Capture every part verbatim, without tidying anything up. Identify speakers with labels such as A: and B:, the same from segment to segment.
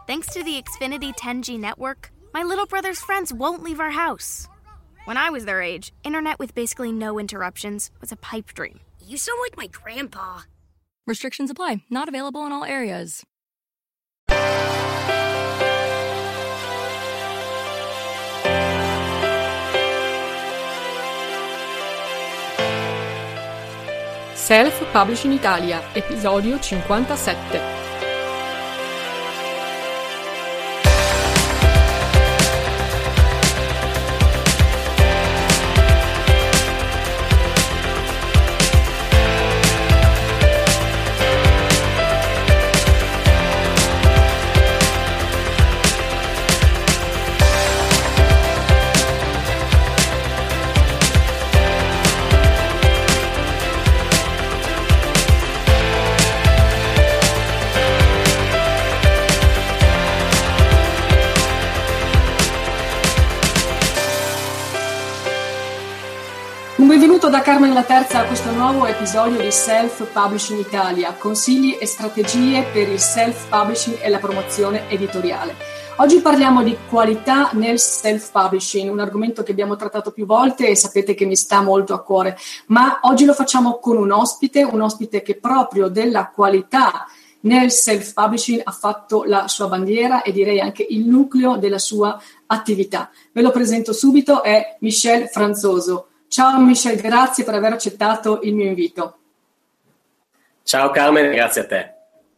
A: Thanks to the Xfinity ten G network, my little brother's friends won't leave our house. When I was their age, internet with basically no interruptions was a pipe dream.
B: You sound like my grandpa.
C: Restrictions apply. Not available in all areas.
D: Self-Publishing Italia, episodio cinquantasette.
E: Benvenuto da Carmen La Terza a questo nuovo episodio di Self-Publishing Italia, consigli e strategie per il self-publishing e la promozione editoriale. Oggi parliamo di qualità nel self-publishing, un argomento che abbiamo trattato più volte e sapete che mi sta molto a cuore, ma oggi lo facciamo con un ospite, un ospite che proprio della qualità nel self-publishing ha fatto la sua bandiera e direi anche il nucleo della sua attività. Ve lo presento subito, è Michel Franzoso. Ciao Michel, grazie per aver accettato il mio invito.
F: Ciao Carmen, grazie a te.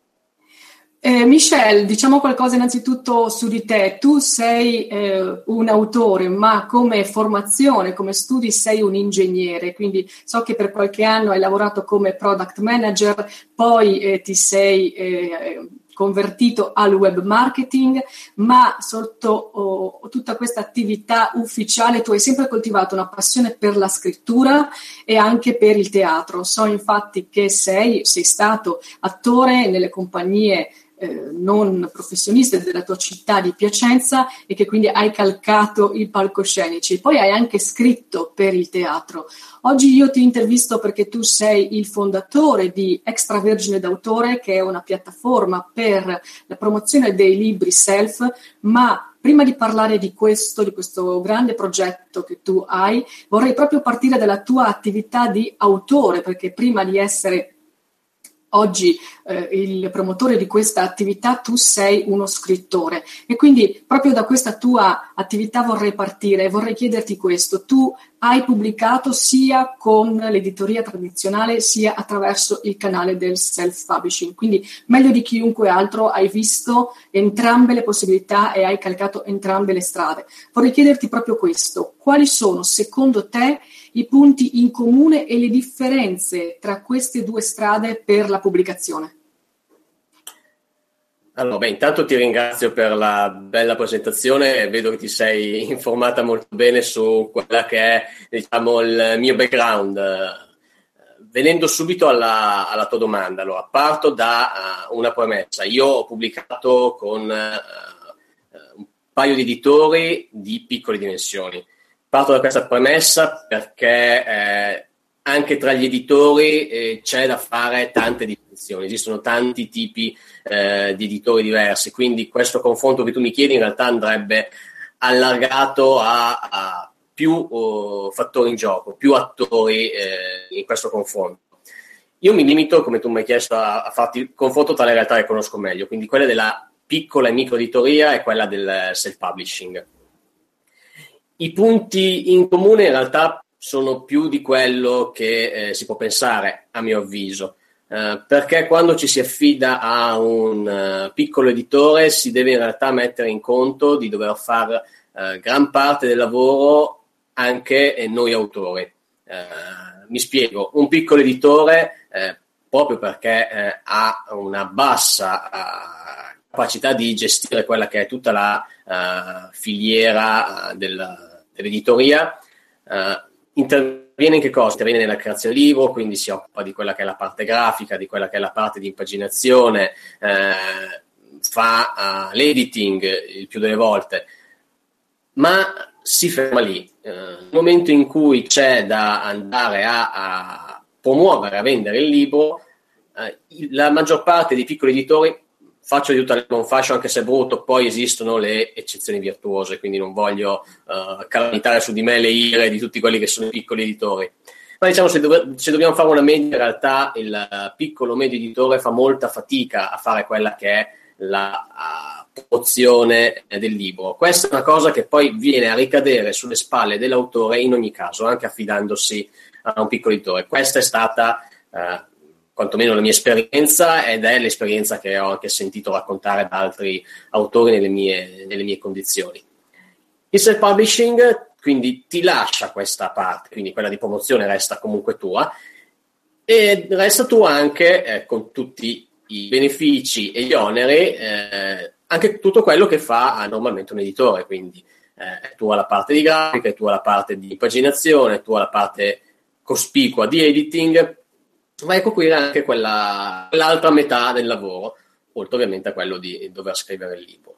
E: Eh, Michel, diciamo qualcosa innanzitutto su di te. Tu sei eh, un autore, ma come formazione, come studi sei un ingegnere, quindi so che per qualche anno hai lavorato come product manager, poi eh, ti sei eh, convertito al web marketing, ma sotto oh, tutta questa attività ufficiale tu hai sempre coltivato una passione per la scrittura e anche per il teatro. So infatti che sei, sei stato attore nelle compagnie eh, non professioniste della tua città di Piacenza e che quindi hai calcato i palcoscenici. Poi hai anche scritto per il teatro. Oggi io ti intervisto perché tu sei il fondatore di Extravergine d'autore, che è una piattaforma per la promozione dei libri self, ma prima di parlare di questo, di questo grande progetto che tu hai, vorrei proprio partire dalla tua attività di autore, perché prima di essere oggi eh, il promotore di questa attività tu sei uno scrittore e quindi proprio da questa tua attività vorrei partire e vorrei chiederti questo. Tu hai pubblicato sia con l'editoria tradizionale sia attraverso il canale del self-publishing, quindi meglio di chiunque altro hai visto entrambe le possibilità e hai calcato entrambe le strade. Vorrei chiederti proprio questo: quali sono secondo te i punti in comune e le differenze tra queste due strade per la pubblicazione?
F: Allora, beh, intanto ti ringrazio per la bella presentazione, vedo che ti sei informata molto bene su quella che è, diciamo, il mio background. Venendo subito alla, alla tua domanda, allora, parto da uh, una premessa. Io ho pubblicato con uh, un paio di editori di piccole dimensioni. Parto da questa premessa perché eh, anche tra gli editori eh, c'è da fare tante distinzioni, esistono tanti tipi eh, di editori diversi, quindi questo confronto che tu mi chiedi in realtà andrebbe allargato a, a più oh, fattori in gioco, più attori eh, in questo confronto. Io mi limito, come tu mi hai chiesto, a, a farti il confronto tra le realtà che conosco meglio, quindi quella della piccola e micro editoria e quella del self-publishing. I punti in comune in realtà sono più di quello che eh, si può pensare, a mio avviso, eh, perché quando ci si affida a un uh, piccolo editore si deve in realtà mettere in conto di dover fare uh, gran parte del lavoro anche eh, noi autori. Eh, mi spiego, un piccolo editore, eh, proprio perché eh, ha una bassa uh, capacità di gestire quella che è tutta la uh, filiera uh, del dell'editoria, uh, interviene in che cosa? Interviene nella creazione del libro, quindi si occupa di quella che è la parte grafica, di quella che è la parte di impaginazione, eh, fa uh, l'editing il più delle volte, ma si ferma lì. Uh, nel momento in cui c'è da andare a, a promuovere, a vendere il libro, uh, la maggior parte dei piccoli editori faccio di tutta l'erba un fascio anche se è brutto, poi esistono le eccezioni virtuose, quindi non voglio uh, calamitare su di me le ire di tutti quelli che sono i piccoli editori. Ma diciamo, se, dov- se dobbiamo fare una media, in realtà il uh, piccolo medio editore fa molta fatica a fare quella che è la uh, promozione eh, del libro. Questa è una cosa che poi viene a ricadere sulle spalle dell'autore in ogni caso, anche affidandosi a un piccolo editore. Questa è stata uh, quantomeno la mia esperienza, ed è l'esperienza che ho anche sentito raccontare da altri autori nelle mie, nelle mie condizioni. Il self-publishing quindi ti lascia questa parte, quindi quella di promozione resta comunque tua, e resta tua anche eh, con tutti i benefici e gli oneri, eh, anche tutto quello che fa normalmente un editore, quindi eh, è tua la parte di grafica, è tua la parte di paginazione, è tua la parte cospicua di editing, vai a coprire anche quella, quell'altra metà del lavoro, oltre ovviamente a quello di dover scrivere il libro.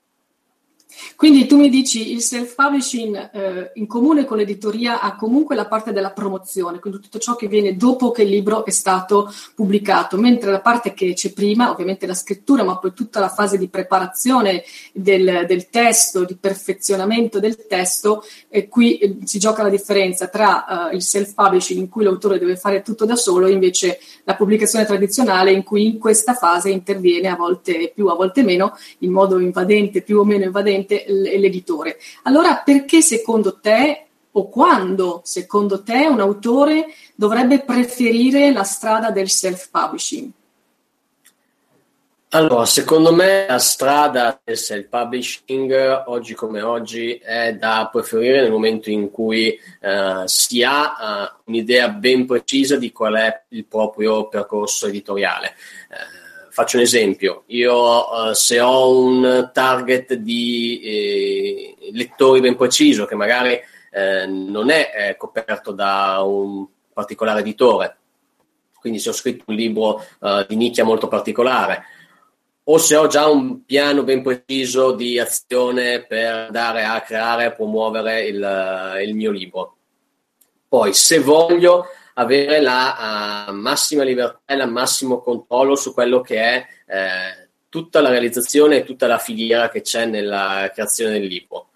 E: Quindi tu mi dici il self-publishing eh, in comune con l'editoria ha comunque la parte della promozione, quindi tutto ciò che viene dopo che il libro è stato pubblicato, mentre la parte che c'è prima, ovviamente la scrittura, ma poi tutta la fase di preparazione del, del testo, di perfezionamento del testo, e qui eh, si gioca la differenza tra eh, il self-publishing in cui l'autore deve fare tutto da solo e invece la pubblicazione tradizionale in cui in questa fase interviene a volte più, a volte meno, in modo invadente, più o meno invadente, l'editore. Allora, perché secondo te, o quando secondo te, un autore dovrebbe preferire la strada del self-publishing?
F: Allora, secondo me la strada del self-publishing oggi come oggi è da preferire nel momento in cui uh, si ha uh, un'idea ben precisa di qual è il proprio percorso editoriale. Uh, Faccio un esempio, io uh, se ho un target di eh, lettori ben preciso che magari eh, non è eh, coperto da un particolare editore, quindi se ho scritto un libro uh, di nicchia molto particolare, o se ho già un piano ben preciso di azione per andare a creare e promuovere il, il mio libro. Poi se voglio avere la uh, massima libertà e il massimo controllo su quello che è eh, tutta la realizzazione e tutta la filiera che c'è nella creazione del libro.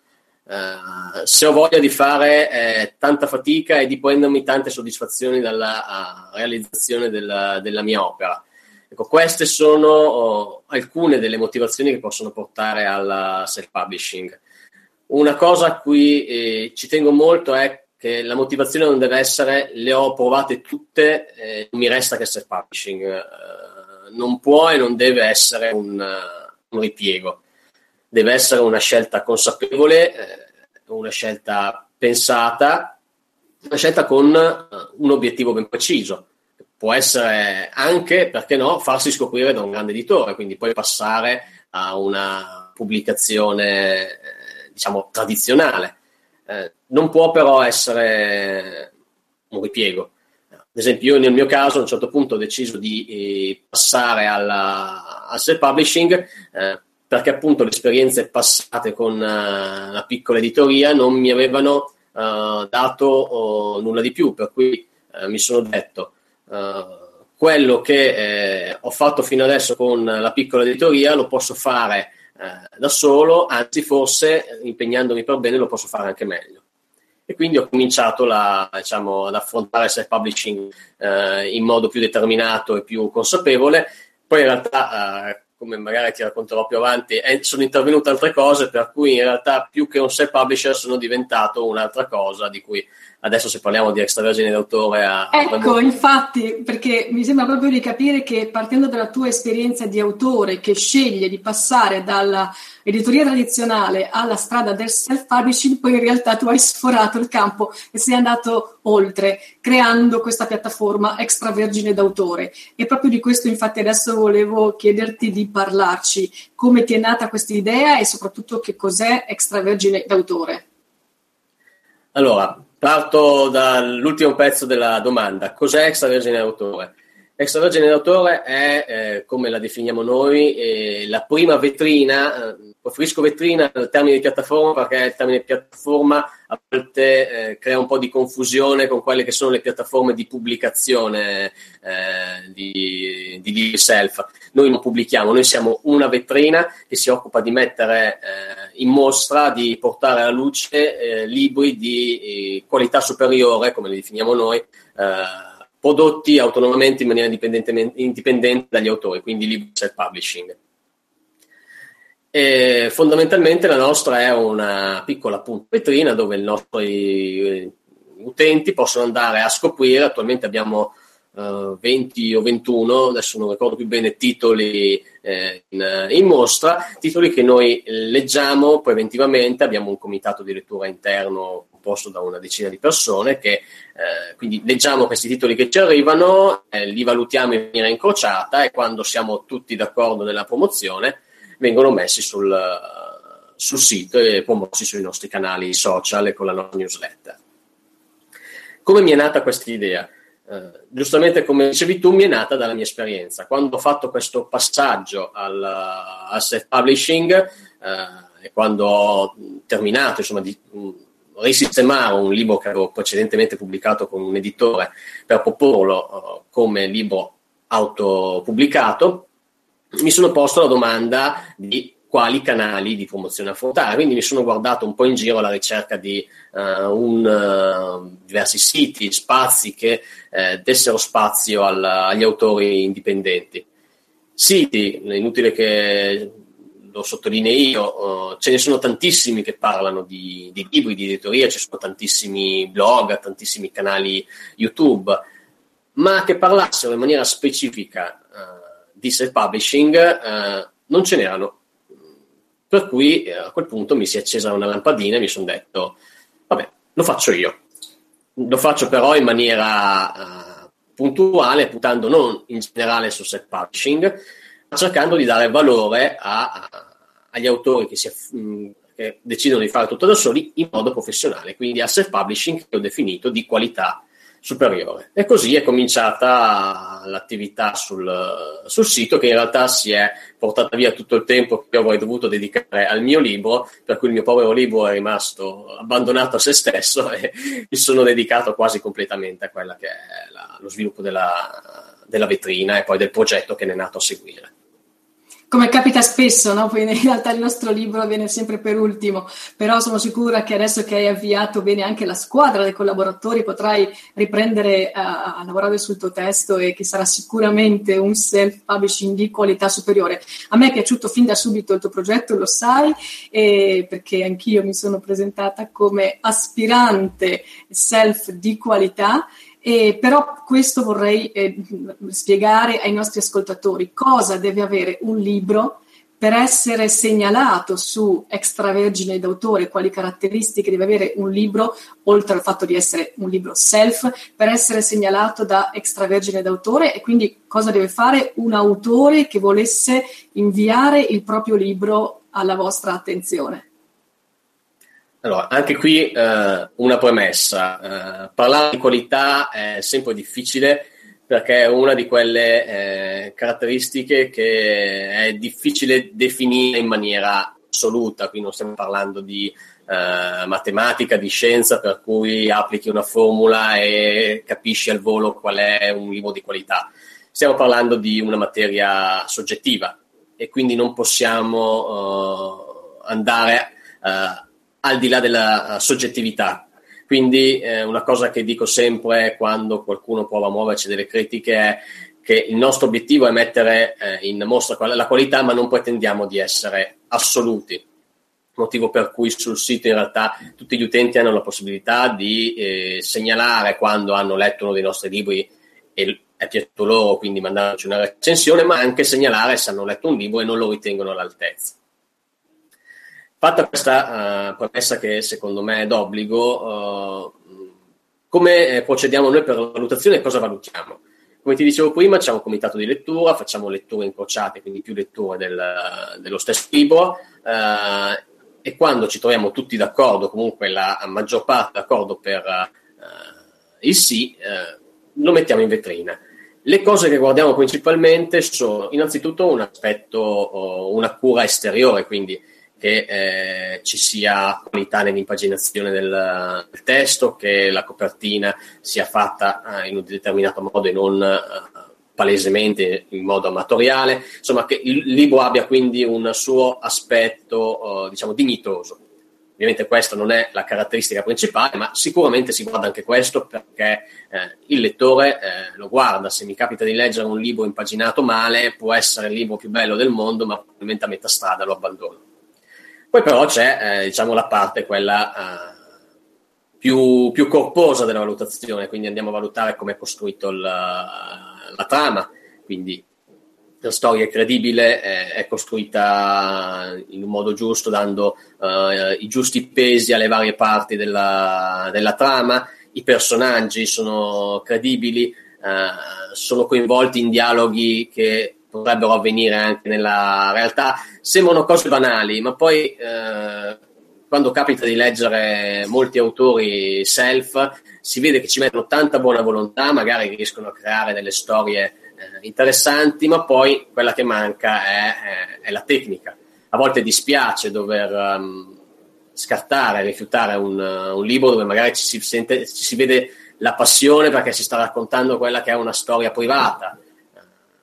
F: Uh, se ho voglia di fare eh, tanta fatica e di prendermi tante soddisfazioni dalla uh, realizzazione della, della mia opera. Ecco, queste sono oh, alcune delle motivazioni che possono portare al self-publishing. Una cosa a cui eh, ci tengo molto è che la motivazione non deve essere le ho provate tutte, eh, mi resta che self-publishing. Eh, non può e non deve essere un, uh, un ripiego. Deve essere una scelta consapevole, eh, una scelta pensata, una scelta con uh, un obiettivo ben preciso. Può essere anche, perché no, farsi scoprire da un grande editore, quindi poi passare a una pubblicazione, eh, diciamo, tradizionale. Eh, non può però essere un ripiego. Ad esempio, io nel mio caso a un certo punto ho deciso di eh, passare alla, al self-publishing eh, perché appunto le esperienze passate con uh, la piccola editoria non mi avevano uh, dato oh, nulla di più, per cui uh, mi sono detto uh, quello che eh, ho fatto fino adesso con la piccola editoria lo posso fare da solo, anzi forse impegnandomi per bene lo posso fare anche meglio. E quindi ho cominciato la, diciamo, ad affrontare il self-publishing eh, in modo più determinato e più consapevole. Poi in realtà, eh, come magari ti racconterò più avanti, eh, sono intervenute altre cose, per cui in realtà più che un self-publisher sono diventato un'altra cosa, di cui adesso se parliamo di extravergine d'autore a...
E: Ecco, infatti, perché mi sembra proprio di capire che partendo dalla tua esperienza di autore che sceglie di passare dalla editoria tradizionale alla strada del self-publishing, poi in realtà tu hai sforato il campo e sei andato oltre, creando questa piattaforma extravergine d'autore. E proprio di questo infatti adesso volevo chiederti di parlarci, come ti è nata questa idea e soprattutto che cos'è extravergine d'autore.
F: Allora, parto dall'ultimo pezzo della domanda. Cos'è extravergine d'autore? Extravergine d'autore è, eh, come la definiamo noi, eh, la prima vetrina. Eh, preferisco vetrina al termine di piattaforma perché il termine piattaforma a volte eh, crea un po' di confusione con quelle che sono le piattaforme di pubblicazione eh, di, di libri self. Noi non pubblichiamo, noi siamo una vetrina che si occupa di mettere eh, in mostra, di portare alla luce eh, libri di eh, qualità superiore, come li definiamo noi, eh, prodotti autonomamente in maniera indipendente dagli autori, quindi libri self-publishing. E fondamentalmente la nostra è una piccola appunto vetrina dove i nostri utenti possono andare a scoprire. Attualmente abbiamo uh, venti o ventuno, adesso non ricordo più bene, titoli eh, in, in mostra, titoli che noi leggiamo preventivamente. Abbiamo un comitato di lettura interno composto da una decina di persone che eh, quindi leggiamo questi titoli che ci arrivano, eh, li valutiamo in maniera incrociata e quando siamo tutti d'accordo nella promozione vengono messi sul, sul sito e promossi sui nostri canali social e con la nostra newsletter. Come mi è nata questa idea? Eh, giustamente, come dicevi tu, mi è nata dalla mia esperienza. Quando ho fatto questo passaggio al, al self-publishing eh, e quando ho terminato, insomma, di risistemare un libro che avevo precedentemente pubblicato con un editore per proporlo uh, come libro autopubblicato, mi sono posto la domanda di quali canali di promozione affrontare. Quindi mi sono guardato un po' in giro alla ricerca di uh, un, uh, diversi siti, spazi che uh, dessero spazio al, agli autori indipendenti. Siti, è inutile che lo sottolinei io, uh, ce ne sono tantissimi che parlano di, di libri, di editoria, ci sono tantissimi blog, tantissimi canali YouTube, ma che parlassero in maniera specifica uh, di self-publishing uh, non ce n'erano. Per cui uh, a quel punto mi si è accesa una lampadina e mi sono detto, vabbè, lo faccio io. Lo faccio però in maniera uh, puntuale, puntando non in generale sul self-publishing, cercando di dare valore a, a, agli autori che, si, mh, che decidono di fare tutto da soli in modo professionale, quindi al self-publishing che ho definito di qualità superiore. E così è cominciata l'attività sul, sul sito, che in realtà si è portata via tutto il tempo che avrei dovuto dedicare al mio libro, per cui il mio povero libro è rimasto abbandonato a se stesso e mi sono dedicato quasi completamente a quella che è la, lo sviluppo della, della vetrina e poi del progetto che ne è nato a seguire.
E: Come capita spesso, no? Poi in realtà il nostro libro viene sempre per ultimo, però sono sicura che adesso che hai avviato bene anche la squadra dei collaboratori potrai riprendere a, a lavorare sul tuo testo e che sarà sicuramente un self-publishing di qualità superiore. A me è piaciuto fin da subito il tuo progetto, lo sai, e perché anch'io mi sono presentata come aspirante self di qualità. Eh, però questo vorrei eh, spiegare ai nostri ascoltatori cosa deve avere un libro per essere segnalato su Extravergine d'autore, quali caratteristiche deve avere un libro, oltre al fatto di essere un libro self, per essere segnalato da Extravergine d'autore, e quindi cosa deve fare un autore che volesse inviare il proprio libro alla vostra attenzione.
F: Allora, anche qui eh, una premessa. Eh, parlare di qualità è sempre difficile perché è una di quelle eh, caratteristiche che è difficile definire in maniera assoluta. Qui non stiamo parlando di eh, matematica, di scienza, per cui applichi una formula e capisci al volo qual è un libro di qualità. Stiamo parlando di una materia soggettiva e quindi non possiamo uh, andare uh, al di là della soggettività. Quindi eh, una cosa che dico sempre quando qualcuno prova a muoverci delle critiche è che il nostro obiettivo è mettere eh, in mostra la qualità, ma non pretendiamo di essere assoluti, motivo per cui sul sito in realtà tutti gli utenti hanno la possibilità di eh, segnalare quando hanno letto uno dei nostri libri e è piaciuto loro, quindi mandarci una recensione, ma anche segnalare se hanno letto un libro e non lo ritengono all'altezza. Fatta questa uh, premessa che secondo me è d'obbligo, uh, come procediamo noi per la valutazione e cosa valutiamo? Come ti dicevo prima, c'è un comitato di lettura, facciamo letture incrociate, quindi più letture del, dello stesso libro, uh, e quando ci troviamo tutti d'accordo, comunque la maggior parte d'accordo per uh, il sì, uh, lo mettiamo in vetrina. Le cose che guardiamo principalmente sono innanzitutto un aspetto, una cura esteriore, quindi che eh, ci sia qualità nell'impaginazione del, del testo, che la copertina sia fatta eh, in un determinato modo e non eh, palesemente in modo amatoriale, insomma che il libro abbia quindi un suo aspetto eh, diciamo dignitoso. Ovviamente questa non è la caratteristica principale, ma sicuramente si guarda anche questo perché eh, il lettore eh, lo guarda. Se mi capita di leggere un libro impaginato male, può essere il libro più bello del mondo, ma probabilmente a metà strada lo abbandono. Poi però c'è eh, diciamo la parte quella eh, più, più corposa della valutazione, quindi andiamo a valutare come è costruito il, la trama, quindi la storia è credibile, è, è costruita in un modo giusto, dando uh, i giusti pesi alle varie parti della, della trama, i personaggi sono credibili, uh, sono coinvolti in dialoghi che potrebbero avvenire anche nella realtà. Sembrano cose banali, ma poi uh, quando capita di leggere molti autori self, si vede che ci mettono tanta buona volontà, magari riescono a creare delle storie interessanti, ma poi quella che manca è, è, è la tecnica. A volte dispiace dover um, scartare, rifiutare un, uh, un libro dove magari ci si, sente, ci si vede la passione perché si sta raccontando quella che è una storia privata. Uh,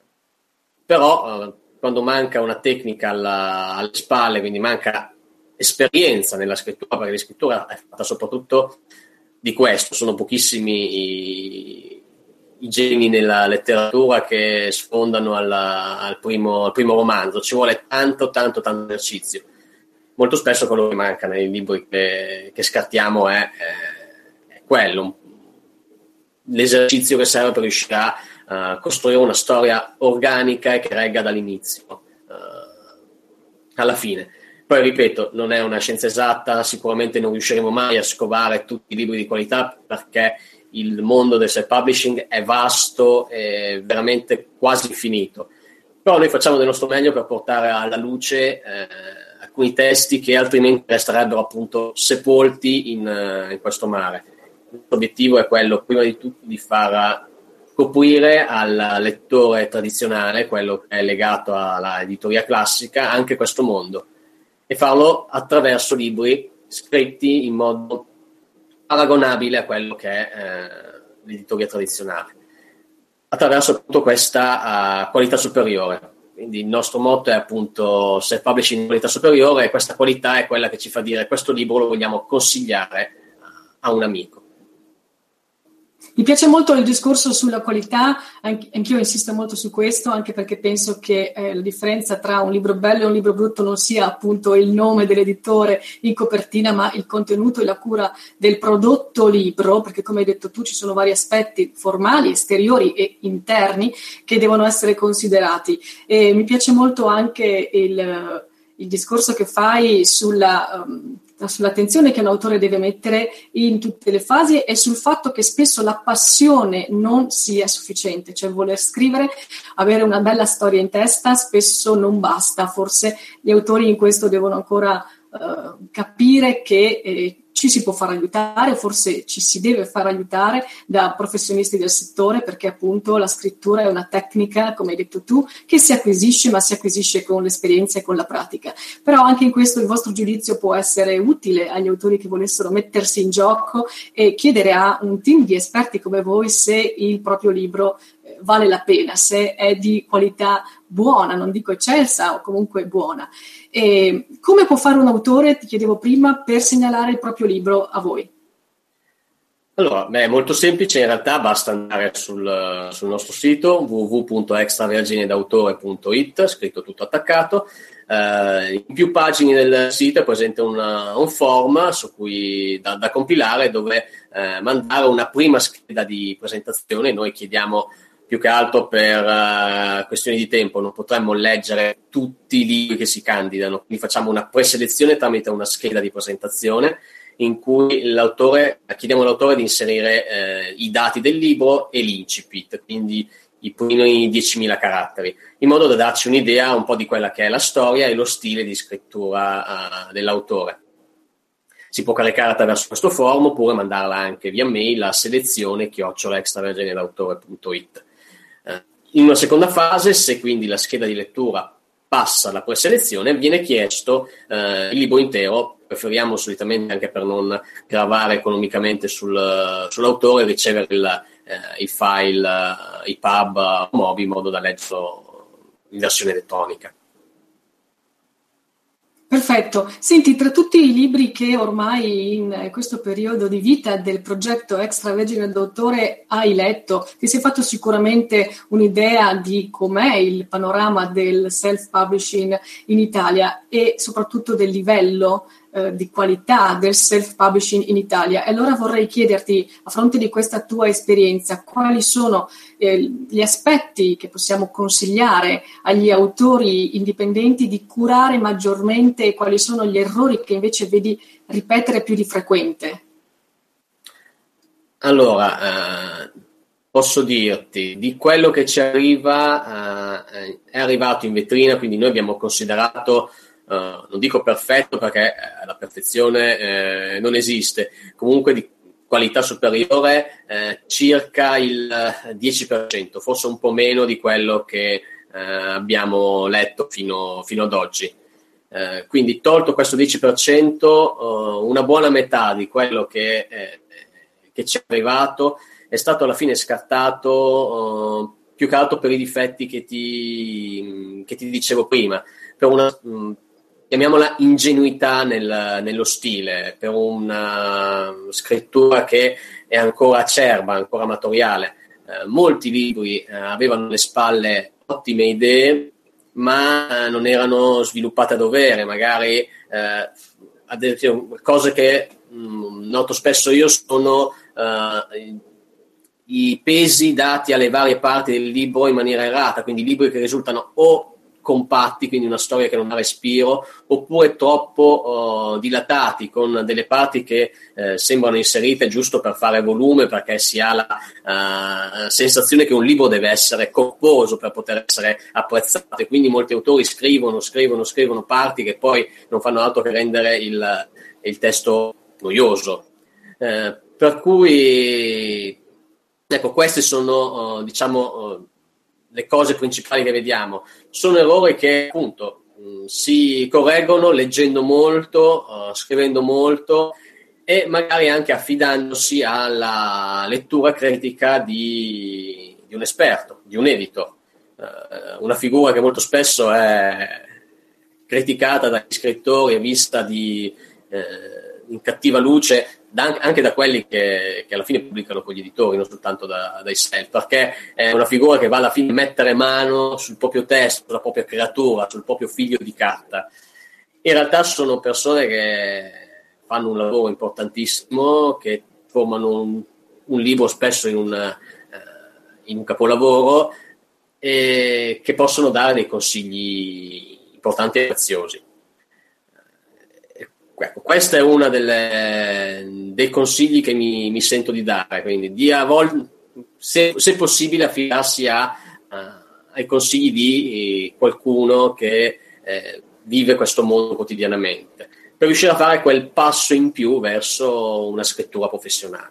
F: però uh, quando manca una tecnica alla, alle spalle, quindi manca esperienza nella scrittura, perché la scrittura è fatta soprattutto di questo, sono pochissimi i i geni nella letteratura che sfondano alla, al, primo, al primo romanzo, ci vuole tanto tanto tanto esercizio. Molto spesso quello che manca nei libri che, che scartiamo è, è, è quello, l'esercizio che serve per riuscire a uh, costruire una storia organica e che regga dall'inizio uh, alla fine. Poi ripeto, non è una scienza esatta, sicuramente non riusciremo mai a scovare tutti i libri di qualità perché il mondo del self-publishing è vasto e veramente quasi infinito. Però noi facciamo del nostro meglio per portare alla luce eh, alcuni testi che altrimenti resterebbero appunto sepolti in, uh, in questo mare. L'obiettivo è quello, prima di tutto, di far scoprire al lettore tradizionale, quello che è legato alla editoria classica, anche questo mondo, e farlo attraverso libri scritti in modo paragonabile a quello che è eh, l'editoria tradizionale, attraverso appunto questa uh, qualità superiore. Quindi il nostro motto è appunto self-publishing di qualità superiore, e questa qualità è quella che ci fa dire questo libro lo vogliamo consigliare a un amico.
E: Mi piace molto il discorso sulla qualità, anch'io insisto molto su questo, anche perché penso che eh, la differenza tra un libro bello e un libro brutto non sia appunto il nome dell'editore in copertina, ma il contenuto e la cura del prodotto libro, perché come hai detto tu ci sono vari aspetti formali, esteriori e interni che devono essere considerati. E mi piace molto anche il, il discorso che fai sulla... Um, sull'attenzione che un autore deve mettere in tutte le fasi e sul fatto che spesso la passione non sia sufficiente, cioè voler scrivere, avere una bella storia in testa spesso non basta. Forse gli autori in questo devono ancora uh, capire che eh, ci si può far aiutare, forse ci si deve far aiutare da professionisti del settore, perché appunto la scrittura è una tecnica, come hai detto tu, che si acquisisce, ma si acquisisce con l'esperienza e con la pratica. Però anche in questo il vostro giudizio può essere utile agli autori che volessero mettersi in gioco e chiedere a un team di esperti come voi se il proprio libro vale la pena, se è di qualità buona, non dico eccelsa, o comunque buona. E come può fare un autore, ti chiedevo prima, per segnalare il proprio libro a voi?
F: Allora, beh, è molto semplice, in realtà basta andare sul, sul nostro sito w w w punto extraverginedautore punto i t, scritto tutto attaccato. Uh, in più pagine del sito è presente una, un form su cui, da, da compilare, dove uh, mandare una prima scheda di presentazione. Noi chiediamo più che altro per uh, questioni di tempo, non potremmo leggere tutti i libri che si candidano, quindi facciamo una preselezione tramite una scheda di presentazione in cui l'autore, chiediamo all'autore di inserire eh, i dati del libro e l'incipit, quindi i primi diecimila caratteri, in modo da darci un'idea un po' di quella che è la storia e lo stile di scrittura uh, dell'autore. Si può caricare attraverso questo form oppure mandarla anche via mail a selezione chiocciola extraverginedautore punto i t. Uh, in una seconda fase, se quindi la scheda di lettura passa la preselezione, viene chiesto eh, il libro intero. Preferiamo solitamente, anche per non gravare economicamente sul, sull'autore, ricevere il, eh, il file, eh, i pub uh, mobi, in modo da leggerlo in versione elettronica.
E: Perfetto. Senti, tra tutti i libri che ormai in questo periodo di vita del progetto Extravergine d'autore hai letto, ti sei fatto sicuramente un'idea di com'è il panorama del self-publishing in Italia e soprattutto del livello eh, di qualità del self-publishing in Italia. E allora vorrei chiederti, a fronte di questa tua esperienza, quali sono eh, gli aspetti che possiamo consigliare agli autori indipendenti di curare maggiormente e quali sono gli errori che invece vedi ripetere più di frequente?
F: Allora, eh, posso dirti, di quello che ci arriva eh, è arrivato in vetrina, quindi noi abbiamo considerato, eh, non dico perfetto perché la perfezione eh, non esiste, comunque di qualità superiore eh, circa il dieci per cento, forse un po' meno di quello che eh, abbiamo letto fino, fino ad oggi. Eh, quindi tolto questo dieci per cento, uh, una buona metà di quello che, eh, che ci è arrivato è stato alla fine scartato, uh, più che altro per i difetti che ti, che ti dicevo prima, per una, mh, chiamiamola ingenuità nel, nello stile, per una scrittura che è ancora acerba, ancora amatoriale. Eh, molti libri eh, avevano alle spalle ottime idee, ma non erano sviluppate a dovere, magari eh, ad esempio, cose che mh, noto spesso io sono eh, i pesi dati alle varie parti del libro in maniera errata, quindi libri che risultano o compatti, quindi una storia che non ha respiro, oppure troppo uh, dilatati, con delle parti che uh, sembrano inserite giusto per fare volume, perché si ha la uh, sensazione che un libro deve essere corposo per poter essere apprezzato, e quindi molti autori scrivono, scrivono, scrivono parti che poi non fanno altro che rendere il, il testo noioso. Uh, per cui, ecco, queste sono, uh, diciamo, uh, le cose principali che vediamo. Sono errori che appunto mh, si correggono leggendo molto, uh, scrivendo molto e magari anche affidandosi alla lettura critica di, di un esperto, di un editor, uh, una figura che molto spesso è criticata dagli scrittori e vista di, eh, in cattiva luce da, anche da quelli che, che alla fine pubblicano con gli editori, non soltanto da, dai self, perché è una figura che va alla fine a mettere mano sul proprio testo, sulla propria creatura, sul proprio figlio di carta. In realtà sono persone che fanno un lavoro importantissimo, che formano un, un libro spesso in un, eh, in un capolavoro, e che possono dare dei consigli importanti e preziosi. Ecco, questo è uno dei consigli che mi, mi sento di dare, quindi di a vol- se, se possibile affidarsi a, a, ai consigli di eh, qualcuno che eh, vive questo mondo quotidianamente, per riuscire a fare quel passo in più verso una scrittura professionale.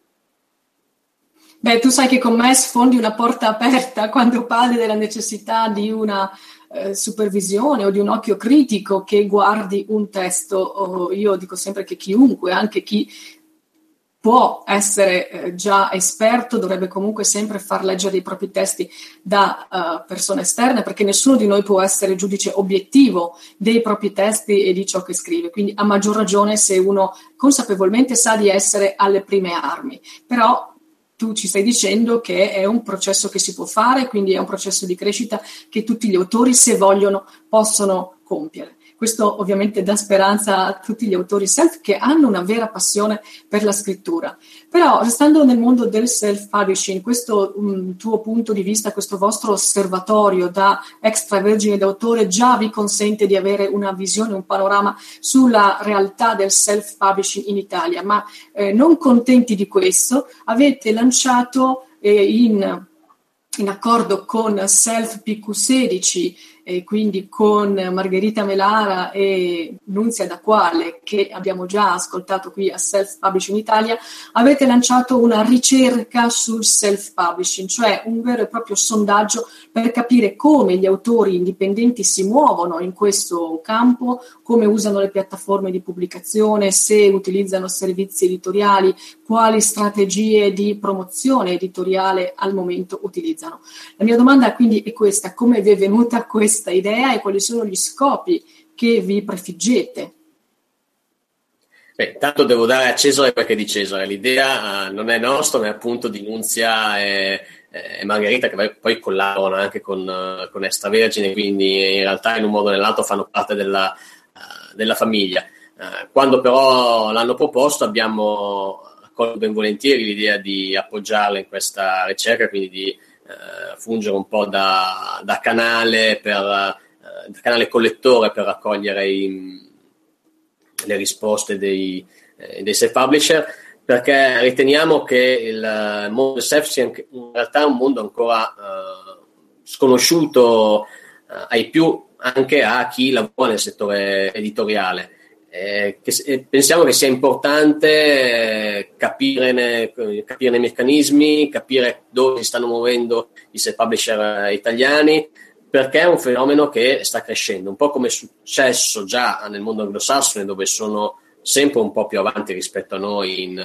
E: Beh, tu sai che con me sfondi una porta aperta quando parli della necessità di una eh, supervisione o di un occhio critico che guardi un testo. Oh, io dico sempre che chiunque, anche chi può essere eh, già esperto, dovrebbe comunque sempre far leggere i propri testi da uh, persone esterne, perché nessuno di noi può essere giudice obiettivo dei propri testi e di ciò che scrive. Quindi a maggior ragione se uno consapevolmente sa di essere alle prime armi. Però tu ci stai dicendo che è un processo che si può fare, quindi è un processo di crescita che tutti gli autori, se vogliono, possono compiere. Questo ovviamente dà speranza a tutti gli autori self che hanno una vera passione per la scrittura. Però, restando nel mondo del self-publishing, questo um, tuo punto di vista, questo vostro osservatorio da extravergine d'autore già vi consente di avere una visione, un panorama sulla realtà del self-publishing in Italia. Ma eh, non contenti di questo, avete lanciato eh, in... in accordo con Self P Q sedici e quindi con Margherita Melara e Nunzia D'Acquale, che abbiamo già ascoltato qui a Self Publishing Italia, avete lanciato una ricerca sul self-publishing, cioè un vero e proprio sondaggio per capire come gli autori indipendenti si muovono in questo campo, come usano le piattaforme di pubblicazione, se utilizzano servizi editoriali, quali strategie di promozione editoriale al momento utilizzano. La mia domanda quindi è questa: come vi è venuta questa idea e quali sono gli scopi che vi prefiggete?
F: Beh, intanto devo dare a Cesare quel che è di Cesare. L'idea uh, non è nostra, ma è appunto di Nunzia e, e Margherita, che poi collaborano anche con, uh, con Extravergine, quindi in realtà in un modo o nell'altro fanno parte della, uh, della famiglia. Uh, quando però l'hanno proposto abbiamo accolto ben volentieri l'idea di appoggiarla in questa ricerca, quindi di uh, fungere un po' da, da canale per uh, da canale collettore per raccogliere i le risposte dei, eh, dei self-publisher, perché riteniamo che il mondo del self sia in realtà un mondo ancora eh, sconosciuto eh, ai più, anche a chi lavora nel settore editoriale. Eh, che, eh, pensiamo che sia importante eh, capire capire i meccanismi, capire dove si stanno muovendo i self-publisher eh, italiani, perché è un fenomeno che sta crescendo, un po' come è successo già nel mondo anglosassone, dove sono sempre un po' più avanti rispetto a noi in,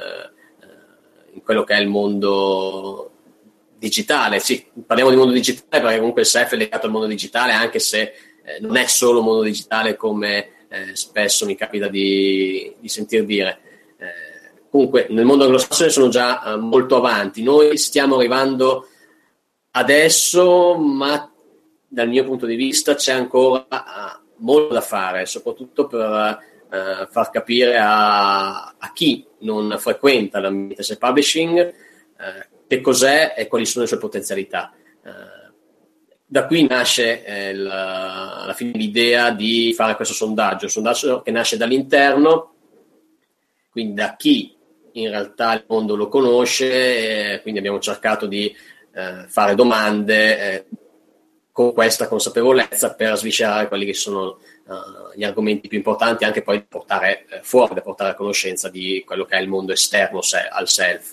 F: in quello che è il mondo digitale. Sì, parliamo di mondo digitale perché comunque il self è legato al mondo digitale, anche se eh, non è solo mondo digitale come eh, spesso mi capita di, di sentir dire. Eh, comunque nel mondo anglosassone sono già eh, molto avanti. Noi stiamo arrivando adesso, ma dal mio punto di vista c'è ancora uh, molto da fare, soprattutto per uh, far capire a, a chi non frequenta l'ambiente self-publishing uh, che cos'è e quali sono le sue potenzialità. Uh, da qui nasce eh, la, alla fine l'idea di fare questo sondaggio, un sondaggio che nasce dall'interno, quindi da chi in realtà il mondo lo conosce, eh, quindi abbiamo cercato di eh, fare domande eh, con questa consapevolezza per sviscerare quelli che sono uh, gli argomenti più importanti, anche poi da portare eh, fuori, da portare a conoscenza di quello che è il mondo esterno se- al self.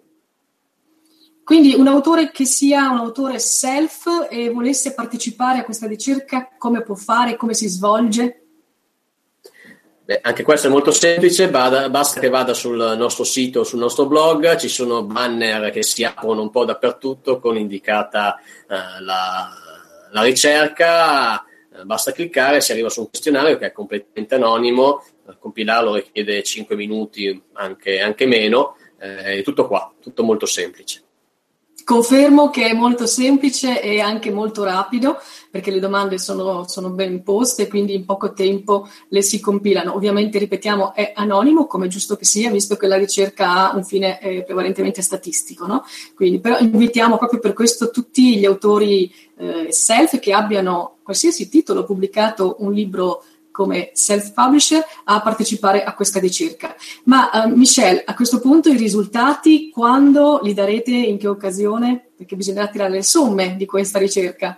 E: Quindi un autore che sia un autore self e volesse partecipare a questa ricerca, come può fare, come si svolge?
F: Beh, anche questo è molto semplice, vada, basta che vada sul nostro sito, sul nostro blog, ci sono banner che si aprono un po' dappertutto con indicata uh, la La ricerca, eh, basta cliccare, si arriva su un questionario che è completamente anonimo, eh, compilarlo richiede cinque minuti, anche, anche meno, eh, è tutto qua, tutto molto semplice.
E: Confermo che è molto semplice e anche molto rapido, perché le domande sono, sono ben poste, quindi in poco tempo le si compilano. Ovviamente, ripetiamo, è anonimo, come è giusto che sia, visto che la ricerca ha un fine eh, prevalentemente statistico, no? Quindi, però invitiamo proprio per questo tutti gli autori eh, self che abbiano qualsiasi titolo pubblicato un libro come self-publisher a partecipare a questa ricerca. Ma uh, Michelle, a questo punto i risultati quando li darete, in che occasione? Perché bisognerà tirare le somme di questa ricerca.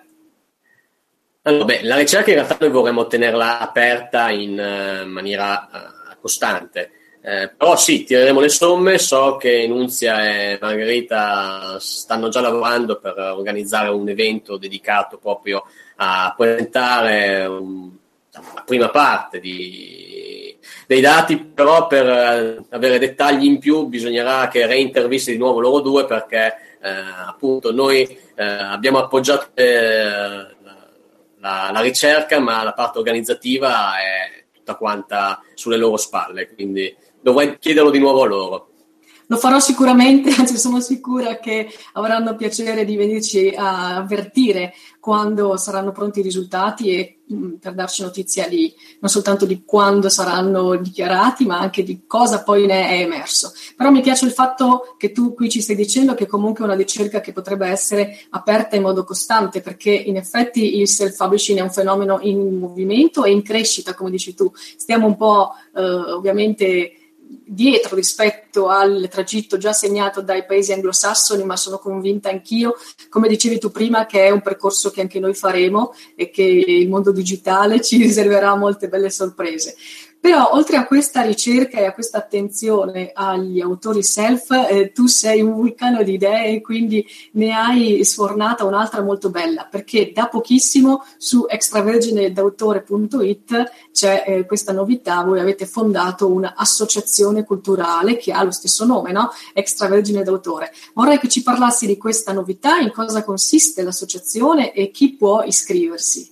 F: Allora, beh, la ricerca in realtà noi vorremmo tenerla aperta in uh, maniera uh, costante, eh, però sì, tireremo le somme. So che Nunzia e Margherita stanno già lavorando per organizzare un evento dedicato proprio a presentare un la prima parte di, dei dati, però per eh, avere dettagli in più bisognerà che reintervisti di nuovo loro due, perché eh, appunto noi eh, abbiamo appoggiato eh, la, la ricerca, ma la parte organizzativa è tutta quanta sulle loro spalle, quindi dovrei chiederlo di nuovo a loro.
E: Lo farò sicuramente, anzi sono sicura che avranno piacere di venirci a avvertire quando saranno pronti i risultati e mh, per darci notizia di, non soltanto di quando saranno dichiarati, ma anche di cosa poi ne è emerso. Però mi piace il fatto che tu qui ci stai dicendo che comunque è una ricerca che potrebbe essere aperta in modo costante, perché in effetti il self-publishing è un fenomeno in movimento e in crescita, come dici tu. Stiamo un po' eh, ovviamente dietro rispetto al tragitto già segnato dai paesi anglosassoni, ma sono convinta anch'io, come dicevi tu prima, che è un percorso che anche noi faremo e che il mondo digitale ci riserverà molte belle sorprese. Però oltre a questa ricerca e a questa attenzione agli autori self, eh, tu sei un vulcano di idee e quindi ne hai sfornata un'altra molto bella, perché da pochissimo su extravergine d'autore punto it c'è eh, questa novità: voi avete fondato un'associazione culturale che ha lo stesso nome, no? Extravergine d'autore. Vorrei che ci parlassi di questa novità, in cosa consiste l'associazione e chi può iscriversi.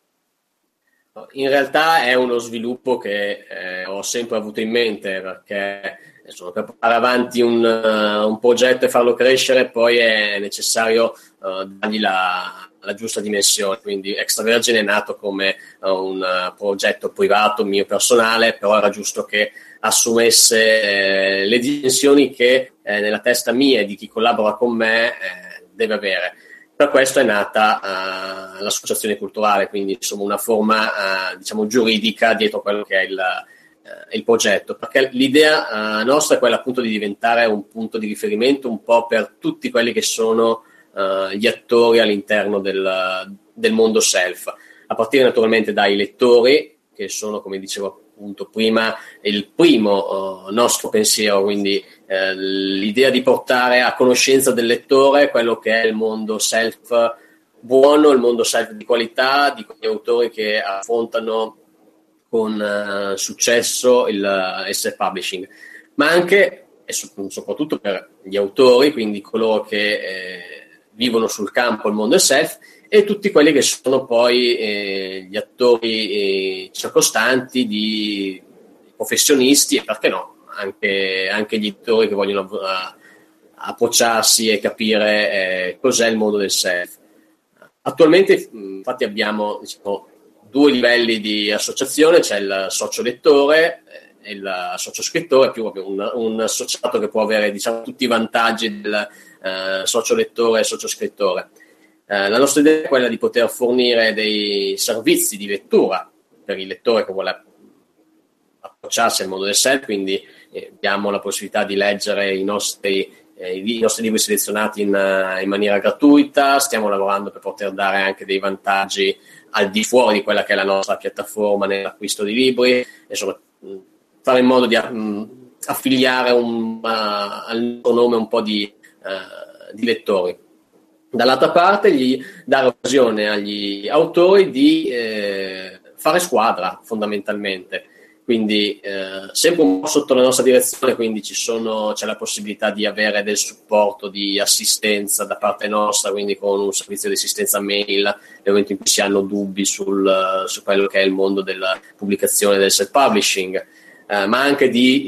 F: In realtà è uno sviluppo che eh, ho sempre avuto in mente, perché insomma, per portare avanti un, uh, un progetto e farlo crescere poi è necessario uh, dargli la, la giusta dimensione. Quindi Extravergine è nato come uh, un uh, progetto privato mio personale, però era giusto che assumesse eh, le dimensioni che eh, nella testa mia e di chi collabora con me eh, deve avere. Per questo è nata uh, l'associazione culturale, quindi insomma una forma uh, diciamo giuridica dietro quello che è il, uh, il progetto, perché l'idea uh, nostra è quella appunto di diventare un punto di riferimento un po' per tutti quelli che sono uh, gli attori all'interno del, del mondo self, a partire naturalmente dai lettori, che sono, come dicevo appunto prima, il primo uh, nostro pensiero, quindi eh, l'idea di portare a conoscenza del lettore quello che è il mondo self buono, il mondo self di qualità, di quegli autori che affrontano con uh, successo il, uh, il self-publishing, ma anche e so- soprattutto per gli autori, quindi coloro che eh, vivono sul campo il mondo del self, e tutti quelli che sono poi eh, gli attori eh, circostanti, di professionisti e perché no, anche, anche gli editori che vogliono uh, approcciarsi e capire eh, cos'è il mondo del self. Attualmente infatti abbiamo diciamo, due livelli di associazione, c'è il socio lettore e il socio scrittore, più un, un associato che può avere diciamo, tutti i vantaggi del uh, socio lettore e socio scrittore. Uh, la nostra idea è quella di poter fornire dei servizi di lettura per il lettore che vuole approcciarsi al mondo del self, quindi eh, abbiamo la possibilità di leggere i nostri, eh, i nostri libri selezionati in, uh, in maniera gratuita. Stiamo lavorando per poter dare anche dei vantaggi al di fuori di quella che è la nostra piattaforma nell'acquisto di libri, insomma fare in modo di um, affiliare un, uh, al nostro nome un po' di, uh, di lettori. Dall'altra parte gli dare occasione agli autori di eh, fare squadra fondamentalmente, quindi eh, sempre un po' sotto la nostra direzione, quindi ci sono, c'è la possibilità di avere del supporto, di assistenza da parte nostra, quindi con un servizio di assistenza mail nel momento in cui si hanno dubbi sul, su quello che è il mondo della pubblicazione del self-publishing, eh, ma anche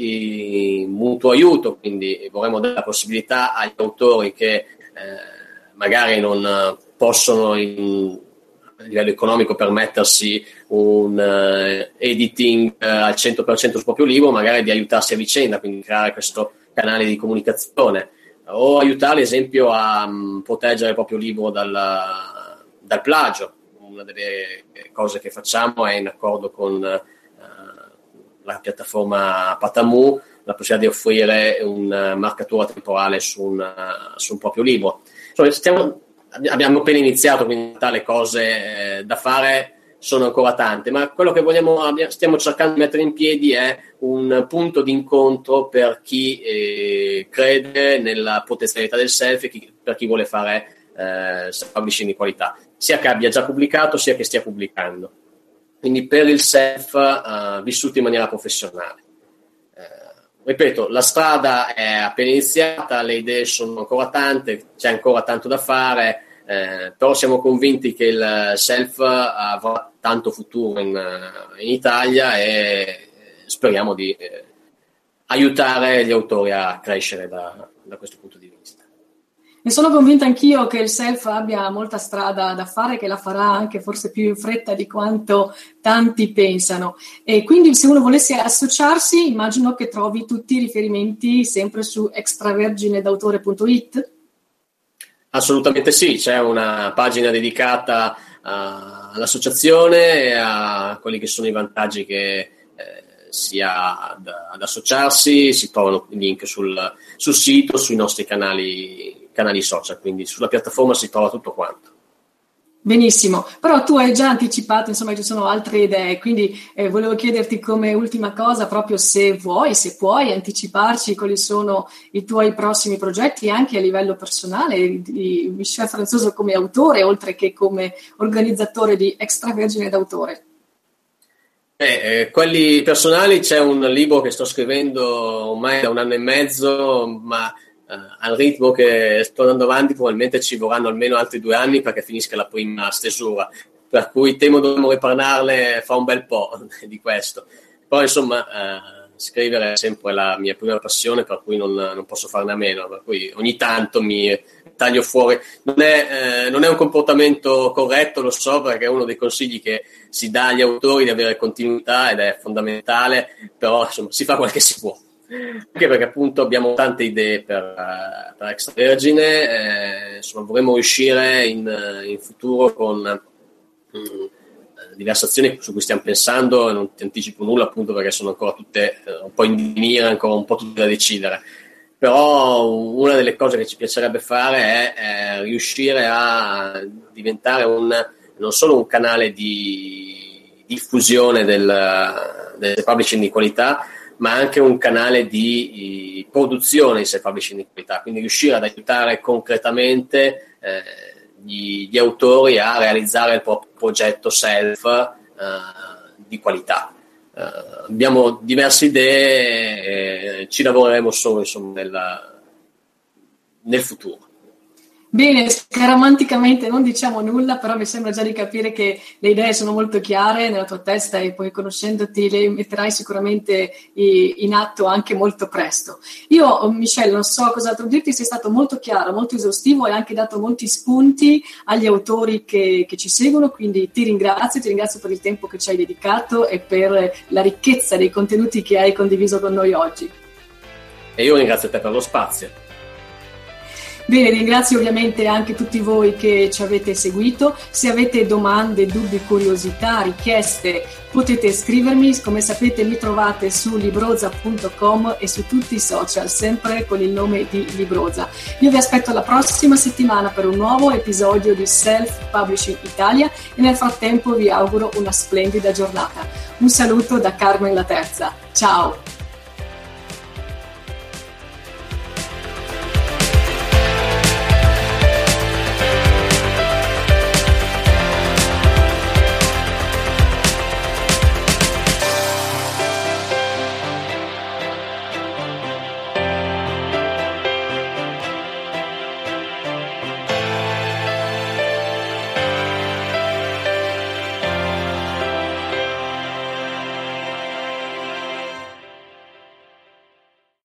F: di, di mutuo aiuto, quindi vorremmo dare la possibilità agli autori che eh, magari non possono in, a livello economico permettersi un uh, editing uh, al cento per cento sul proprio libro, magari di aiutarsi a vicenda, quindi creare questo canale di comunicazione o aiutare, ad esempio, a um, proteggere il proprio libro dal, dal plagio. Una delle cose che facciamo è in accordo con uh, la piattaforma Patamu la possibilità di offrire una marcatura temporale su un, uh, su un proprio libro. Insomma, stiamo, abbiamo appena iniziato, quindi tale cose eh, da fare sono ancora tante, ma quello che vogliamo, stiamo cercando di mettere in piedi è un punto di incontro per chi eh, crede nella potenzialità del self e chi, per chi vuole fare eh, self-publishing di qualità, sia che abbia già pubblicato sia che stia pubblicando. Quindi per il self uh, vissuto in maniera professionale. Ripeto, la strada è appena iniziata, le idee sono ancora tante, c'è ancora tanto da fare, eh, però siamo convinti che il self avrà tanto futuro in, in Italia e speriamo di eh, aiutare gli autori a crescere da, da questo punto di vista.
E: Ne sono convinta anch'io che il self abbia molta strada da fare, che la farà anche forse più in fretta di quanto tanti pensano. E quindi se uno volesse associarsi, immagino che trovi tutti i riferimenti sempre su extravergine d'autore punto it?
F: Assolutamente sì, c'è una pagina dedicata uh, all'associazione e a quelli che sono i vantaggi che eh, sia ad, ad associarsi. Si trovano i link sul, sul sito, sui nostri canali, canali social, quindi sulla piattaforma si trova tutto quanto.
E: Benissimo, però tu hai già anticipato, insomma ci sono altre idee, quindi eh, volevo chiederti come ultima cosa, proprio se vuoi, se puoi anticiparci quali sono i tuoi prossimi progetti anche a livello personale di Michel Franzoso come autore, oltre che come organizzatore di Extravergine d'autore.
F: Eh, eh, quelli personali, c'è un libro che sto scrivendo ormai da un anno e mezzo, ma Uh, al ritmo che sto andando avanti probabilmente ci vorranno almeno altri due anni perché finisca la prima stesura, per cui temo dovremo riparlarne fra un bel po' di questo. Però insomma uh, scrivere è sempre la mia prima passione, per cui non, non posso farne a meno, per cui ogni tanto mi taglio fuori. Non è, eh, non è un comportamento corretto, lo so, perché è uno dei consigli che si dà agli autori di avere continuità ed è fondamentale, però insomma si fa quel che si può. Anche perché appunto abbiamo tante idee per, uh, per Extravergine, eh, insomma vorremmo riuscire in, in futuro con um, diverse azioni su cui stiamo pensando, e non ti anticipo nulla appunto perché sono ancora tutte uh, un po' in divenire, ancora un po' tutte da decidere, però una delle cose che ci piacerebbe fare è, è riuscire a diventare un, non solo un canale di diffusione del, del publishing di qualità, ma anche un canale di, di produzione di self-publishing di qualità, quindi riuscire ad aiutare concretamente eh, gli, gli autori a realizzare il proprio progetto self eh, di qualità. Eh, abbiamo diverse idee, eh, ci lavoreremo solo insomma, nella, nel futuro.
E: Bene, scaramanticamente non diciamo nulla, però mi sembra già di capire che le idee sono molto chiare nella tua testa e poi conoscendoti le metterai sicuramente in atto anche molto presto. Io, Michel, non so cos'altro dirti, sei stato molto chiaro, molto esaustivo e hai anche dato molti spunti agli autori che, che ci seguono, quindi ti ringrazio, ti ringrazio per il tempo che ci hai dedicato e per la ricchezza dei contenuti che hai condiviso con noi oggi.
F: E io ringrazio te per lo spazio.
E: Bene, ringrazio ovviamente anche tutti voi che ci avete seguito. Se avete domande, dubbi, curiosità, richieste, potete scrivermi. Come sapete mi trovate su libroza punto com e su tutti i social, sempre con il nome di Libroza. Io vi aspetto la prossima settimana per un nuovo episodio di Self Publishing Italia e nel frattempo vi auguro una splendida giornata. Un saluto da Carmen La Terza. Ciao!